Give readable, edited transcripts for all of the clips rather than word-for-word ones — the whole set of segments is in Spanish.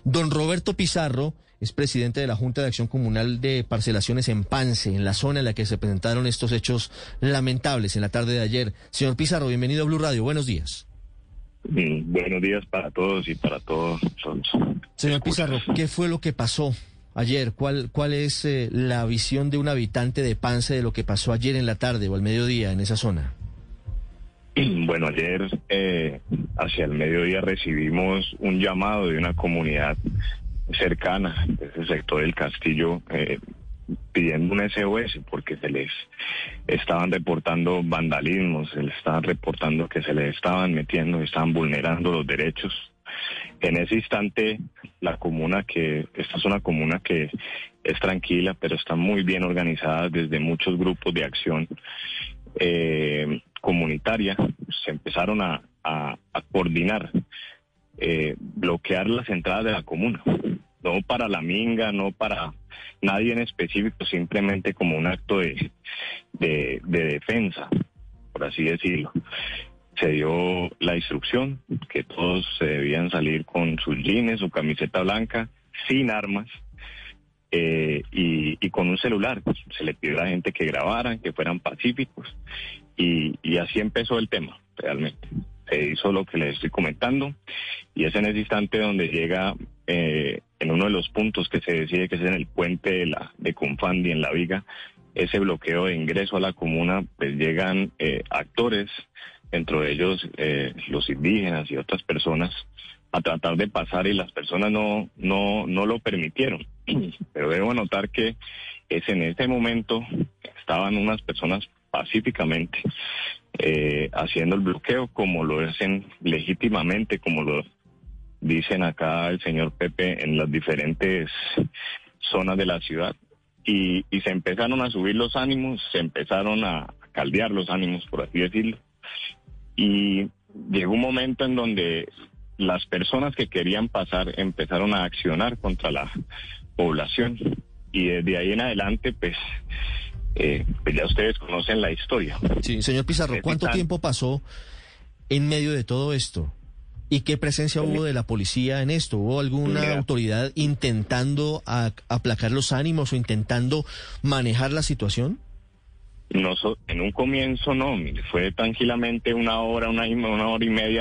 Don Roberto Pizarro es presidente de la Junta de Acción Comunal de Parcelaciones en Pance, en la zona en la que se presentaron estos hechos lamentables en la tarde de ayer. Señor Pizarro, bienvenido a Blue Radio. Buenos días. Buenos días para todos y para todos. Señor Pizarro, ¿qué fue lo que pasó ayer? ¿Cuál es la visión de un habitante de Pance de lo que pasó ayer en la tarde o al mediodía en esa zona? Bueno, ayer hacia el mediodía recibimos un llamado de una comunidad cercana, de ese sector del Castillo, pidiendo un SOS porque se les estaban reportando vandalismos, se les estaban reportando que se les estaban metiendo, estaban vulnerando los derechos. En ese instante, esta es una comuna que es tranquila, pero está muy bien organizada desde muchos grupos de acción comunitaria. Se empezaron a coordinar, bloquear las entradas de la comuna, no para la minga, no para nadie en específico, simplemente como un acto de defensa, por así decirlo. Se dio la instrucción que todos se debían salir con sus jeans, su camiseta blanca, sin armas, y con un celular. Se le pidió a la gente que grabaran, que fueran pacíficos, y así empezó el tema, realmente. Se hizo lo que les estoy comentando, y es en ese instante donde llega, en uno de los puntos que se decide, que es en el puente de Confandi, en La Viga, ese bloqueo de ingreso a la comuna, pues llegan actores, dentro de ellos los indígenas y otras personas, a tratar de pasar, y las personas no lo permitieron. Pero debo notar que es en ese momento estaban unas personas pacíficamente haciendo el bloqueo, como lo hacen legítimamente, como lo dicen acá el señor Pepe, en las diferentes zonas de la ciudad. Y se empezaron a subir los ánimos, se empezaron a caldear los ánimos, por así decirlo. Y llegó un momento en donde las personas que querían pasar empezaron a accionar contra la población. Y desde ahí en adelante, pues ya ustedes conocen la historia. Sí, señor Pizarro, ¿cuánto tiempo pasó en medio de todo esto? ¿Y qué presencia hubo de la policía en esto? ¿Hubo alguna autoridad intentando aplacar los ánimos o intentando manejar la situación? No, en un comienzo no, fue tranquilamente una hora y media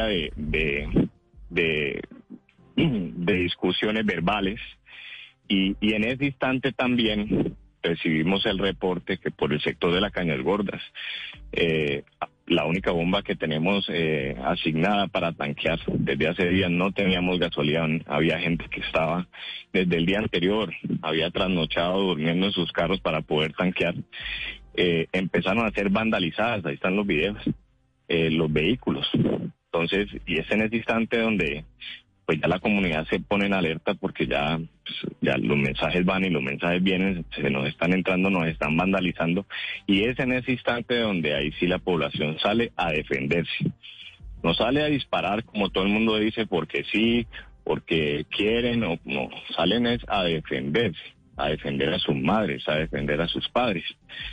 de discusiones verbales, y en ese instante también recibimos el reporte que por el sector de la Cañas Gordas, la única bomba que tenemos asignada para tanquear, desde hace días no teníamos gasolina, había gente que estaba desde el día anterior, había trasnochado durmiendo en sus carros para poder tanquear. Empezaron a ser vandalizadas, ahí están los videos, los vehículos. Entonces, y es en ese instante donde pues ya la comunidad se pone en alerta, porque ya los mensajes van y los mensajes vienen, se nos están entrando, nos están vandalizando, y es en ese instante donde ahí sí la población sale a defenderse. No sale a disparar como todo el mundo dice porque sí, porque quieren, no, salen es a defenderse, a defender a sus madres, a defender a sus padres.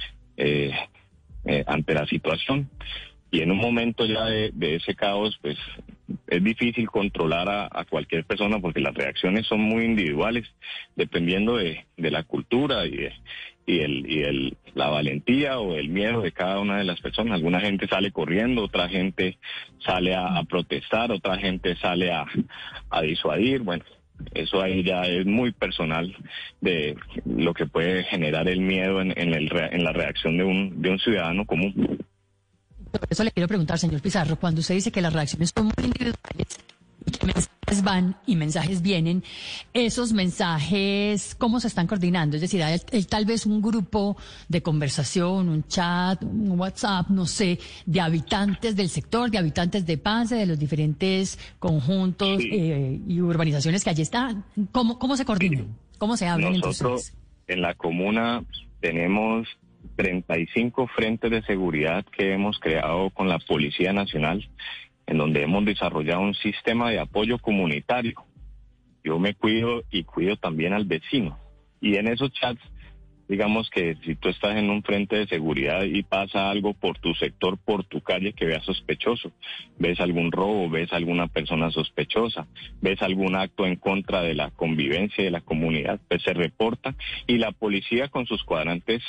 Ante la situación, y en un momento ya de ese caos, pues es difícil controlar a cualquier persona, porque las reacciones son muy individuales, dependiendo de la cultura y la valentía o el miedo de cada una de las personas. Alguna gente sale corriendo, otra gente sale a protestar, otra gente sale a disuadir. Bueno, eso ahí ya es muy personal de lo que puede generar el miedo en la reacción de un ciudadano común. Por eso le quiero preguntar, señor Pizarro, cuando usted dice que las reacciones son muy individuales y que mensajes van y mensajes vienen, esos mensajes, ¿cómo se están coordinando? Es decir, hay tal vez un grupo de conversación, un chat, un WhatsApp, no sé, de habitantes del sector, de habitantes de Pance, de los diferentes conjuntos y urbanizaciones que allí están. ¿Cómo se coordinan? ¿Cómo se hablan entre ustedes? Nosotros en la comuna tenemos 35 frentes de seguridad que hemos creado con la Policía Nacional, en donde hemos desarrollado un sistema de apoyo comunitario. Yo me cuido y cuido también al vecino. Y en esos chats digamos que si tú estás en un frente de seguridad y pasa algo por tu sector, por tu calle que veas sospechoso, ves algún robo, ves alguna persona sospechosa, ves algún acto en contra de la convivencia de la comunidad, pues se reporta y la policía con sus cuadrantes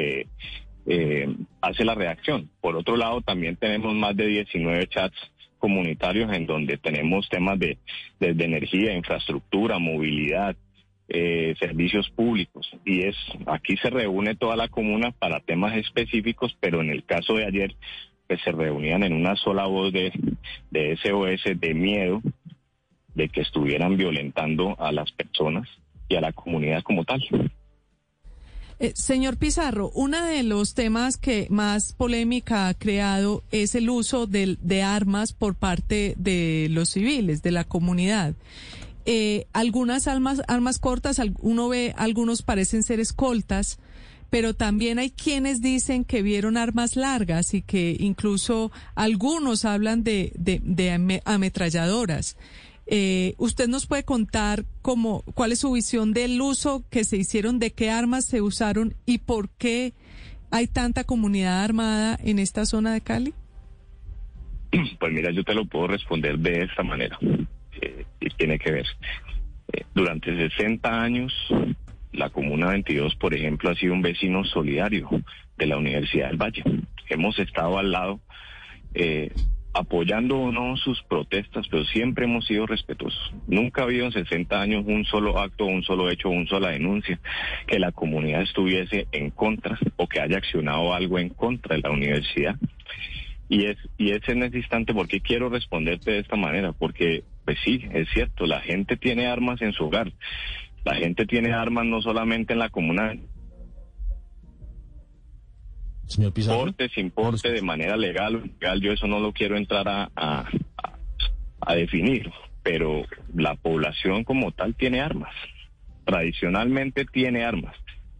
hace la reacción. Por otro lado, también tenemos más de 19 chats comunitarios en donde tenemos temas desde energía, infraestructura, movilidad, servicios públicos, y aquí se reúne toda la comuna para temas específicos, pero en el caso de ayer pues se reunían en una sola voz de SOS, de miedo de que estuvieran violentando a las personas y a la comunidad como tal. Señor Pizarro, uno de los temas que más polémica ha creado es el uso de armas por parte de los civiles, de la comunidad. Algunas armas cortas, uno ve, algunos parecen ser escoltas, pero también hay quienes dicen que vieron armas largas y que incluso algunos hablan de ametralladoras. ¿Usted nos puede contar cuál es su visión del uso que se hicieron, de qué armas se usaron y por qué hay tanta comunidad armada en esta zona de Cali? Pues mira, yo te lo puedo responder de esta manera. Y tiene que ver. Durante 60 años, la Comuna 22, por ejemplo, ha sido un vecino solidario de la Universidad del Valle. Hemos estado al lado, apoyando o no sus protestas, pero siempre hemos sido respetuosos. Nunca ha habido en 60 años un solo acto, un solo hecho, una sola denuncia que la comunidad estuviese en contra o que haya accionado algo en contra de la universidad. Y es en ese instante porque quiero responderte de esta manera, porque pues sí, es cierto, la gente tiene armas en su hogar, la gente tiene armas no solamente en la comuna, señor Pizarro, porte, sin porte, de manera legal o ilegal, yo eso no lo quiero entrar a definir, pero la población como tal tiene armas, tradicionalmente tiene armas.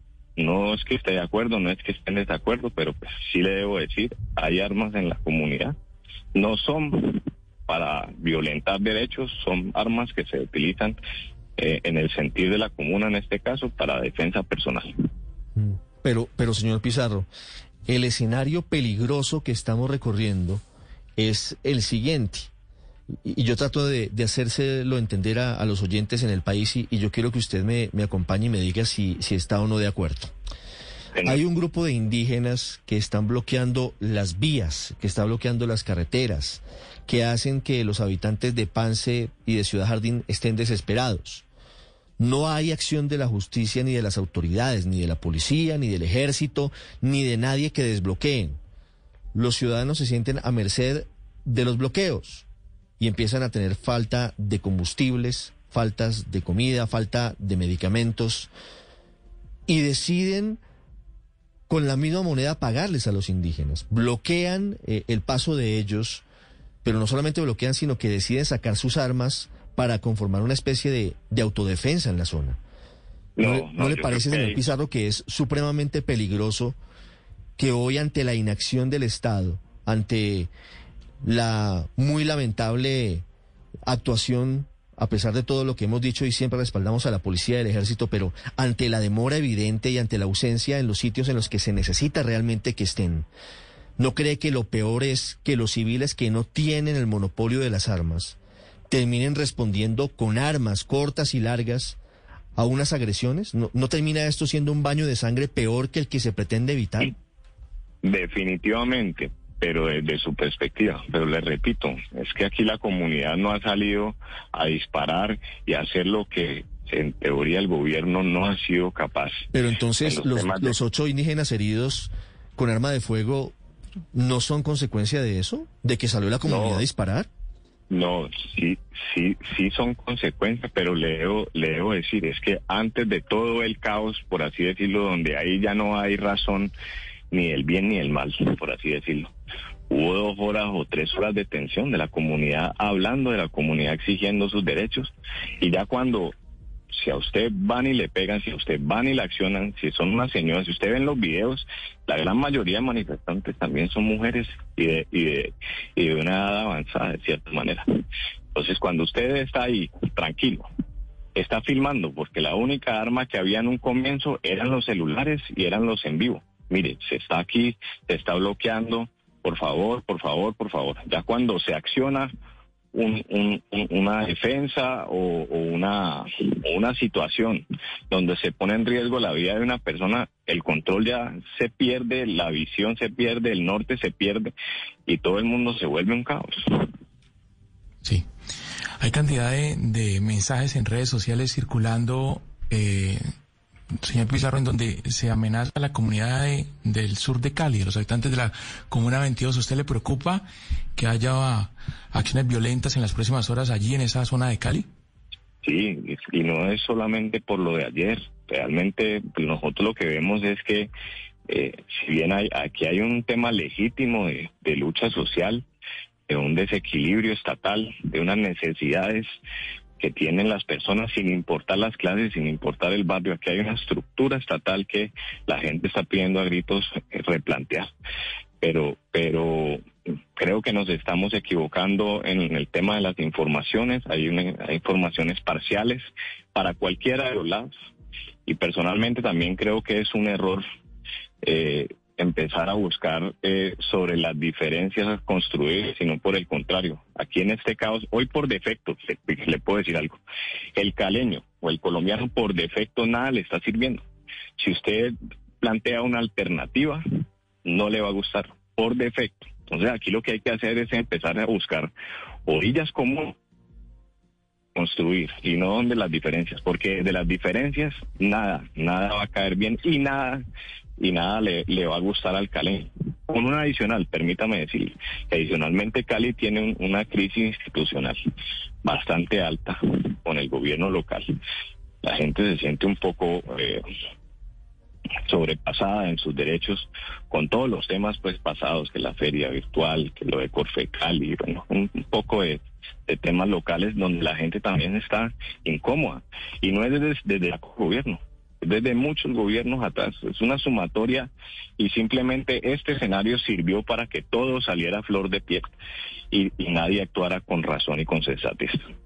No es que esté de acuerdo, no es que esté en desacuerdo, pero pues sí le debo decir, hay armas en la comunidad. No son para violentar derechos, son armas que se utilizan en el sentir de la comuna, en este caso, para defensa personal. Pero señor Pizarro, el escenario peligroso que estamos recorriendo es el siguiente. Y yo trato de hacérselo entender a los oyentes en el país y yo quiero que usted me acompañe y me diga si está o no de acuerdo. Hay un grupo de indígenas que están bloqueando las vías, que está bloqueando las carreteras, que hacen que los habitantes de Pance y de Ciudad Jardín estén desesperados. No hay acción de la justicia ni de las autoridades, ni de la policía, ni del ejército, ni de nadie que desbloqueen. Los ciudadanos se sienten a merced de los bloqueos y empiezan a tener falta de combustibles, faltas de comida, falta de medicamentos, y deciden con la misma moneda pagarles a los indígenas. Bloquean el paso de ellos, pero no solamente bloquean, sino que deciden sacar sus armas para conformar una especie de autodefensa en la zona. ¿No le parece, señor Pizarro, que es supremamente peligroso que hoy, ante la inacción del Estado, ante la muy lamentable actuación, a pesar de todo lo que hemos dicho y siempre respaldamos a la policía y al ejército, pero ante la demora evidente y ante la ausencia en los sitios en los que se necesita realmente que estén, ¿no cree que lo peor es que los civiles que no tienen el monopolio de las armas terminen respondiendo con armas cortas y largas a unas agresiones? ¿No termina esto siendo un baño de sangre peor que el que se pretende evitar? Definitivamente, pero desde su perspectiva. Pero le repito, es que aquí la comunidad no ha salido a disparar y a hacer lo que en teoría el gobierno no ha sido capaz. Pero entonces los 8 indígenas heridos con arma de fuego ¿no son consecuencia de eso? ¿De que salió la comunidad a disparar? No, sí son consecuencias, pero le debo decir, es que antes de todo el caos, por así decirlo, donde ahí ya no hay razón ni el bien ni el mal, por así decirlo, hubo 2 horas o 3 horas de tensión de la comunidad, hablando de la comunidad, exigiendo sus derechos, y ya cuando, si a usted van y le pegan, si a usted van y le accionan, si son unas señoras, si usted ve en los videos, la gran mayoría de manifestantes también son mujeres y de una edad avanzada, de cierta manera. Entonces, cuando usted está ahí, tranquilo, está filmando, porque la única arma que había en un comienzo eran los celulares y eran los en vivo. Mire, se está aquí, se está bloqueando, por favor, por favor, por favor. Ya cuando se acciona una defensa o una situación donde se pone en riesgo la vida de una persona, el control ya se pierde, la visión se pierde, el norte se pierde y todo el mundo se vuelve un caos. Sí, hay cantidad de mensajes en redes sociales circulando, señor Pizarro, en donde se amenaza a la comunidad del sur de Cali, a los habitantes de la Comuna 22. ¿A usted le preocupa que haya acciones violentas en las próximas horas allí en esa zona de Cali? Sí, y no es solamente por lo de ayer. Realmente pues, nosotros lo que vemos es que si bien aquí hay un tema legítimo de lucha social, de un desequilibrio estatal, de unas necesidades que tienen las personas sin importar las clases, sin importar el barrio. Aquí hay una estructura estatal que la gente está pidiendo a gritos replantear. Pero creo que nos estamos equivocando en el tema de las informaciones. Hay informaciones parciales para cualquiera de los lados. Y personalmente también creo que es un error empezar a buscar sobre las diferencias a construir, sino por el contrario. Aquí en este caos, hoy por defecto, le puedo decir algo, el caleño o el colombiano por defecto nada le está sirviendo. Si usted plantea una alternativa, no le va a gustar, por defecto. Entonces aquí lo que hay que hacer es empezar a buscar orillas comunes, construir, y no donde las diferencias, porque de las diferencias nada va a caer bien y nada le va a gustar al caleño. Con un adicional, permítame decir, que adicionalmente Cali tiene una crisis institucional bastante alta con el gobierno local. La gente se siente un poco sobrepasada en sus derechos con todos los temas pues pasados, que la feria virtual, que lo de Corfecal y bueno, un poco de temas locales donde la gente también está incómoda. Y no es desde el gobierno, desde muchos gobiernos atrás. Es una sumatoria y simplemente este escenario sirvió para que todo saliera a flor de piel y nadie actuara con razón y con sensatez.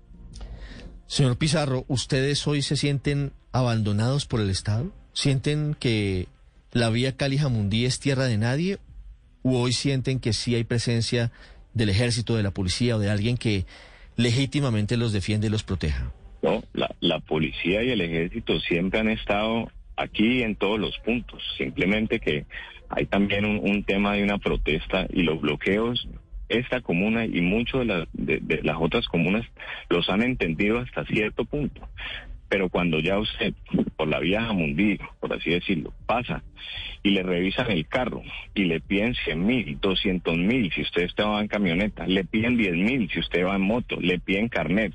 Señor Pizarro, ¿ustedes hoy se sienten abandonados por el Estado? ¿Sienten que la vía Cali-Jamundí es tierra de nadie? ¿O hoy sienten que sí hay presencia del ejército, de la policía o de alguien que legítimamente los defiende y los proteja? No, la policía y el ejército siempre han estado aquí en todos los puntos. Simplemente que hay también un tema de una protesta y los bloqueos. Esta comuna y muchos de las otras comunas los han entendido hasta cierto punto. Pero cuando ya usted, por la vía Jamundí, por así decirlo, pasa y le revisan el carro y le piden 100.000, 200.000 si usted va en camioneta, le piden 10.000 si usted va en moto, le piden carnet,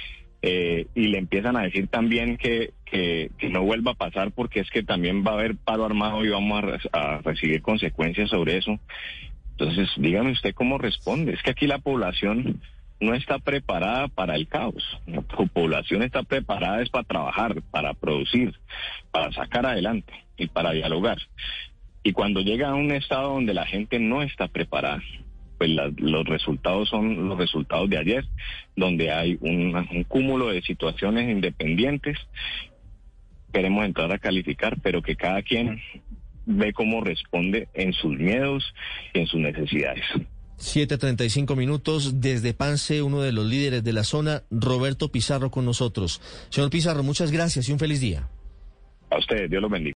y le empiezan a decir también que no vuelva a pasar porque es que también va a haber paro armado y vamos a recibir consecuencias sobre eso. Entonces, dígame usted cómo responde. Es que aquí la población no está preparada para el caos. La población está preparada es para trabajar, para producir, para sacar adelante y para dialogar. Y cuando llega a un estado donde la gente no está preparada, pues los resultados son los resultados de ayer, donde hay un cúmulo de situaciones independientes. Queremos entrar a calificar, pero que cada quien ve cómo responde en sus miedos y en sus necesidades. 7:35 minutos, desde Pance, uno de los líderes de la zona, Roberto Pizarro con nosotros. Señor Pizarro, muchas gracias y un feliz día. A ustedes, Dios los bendiga.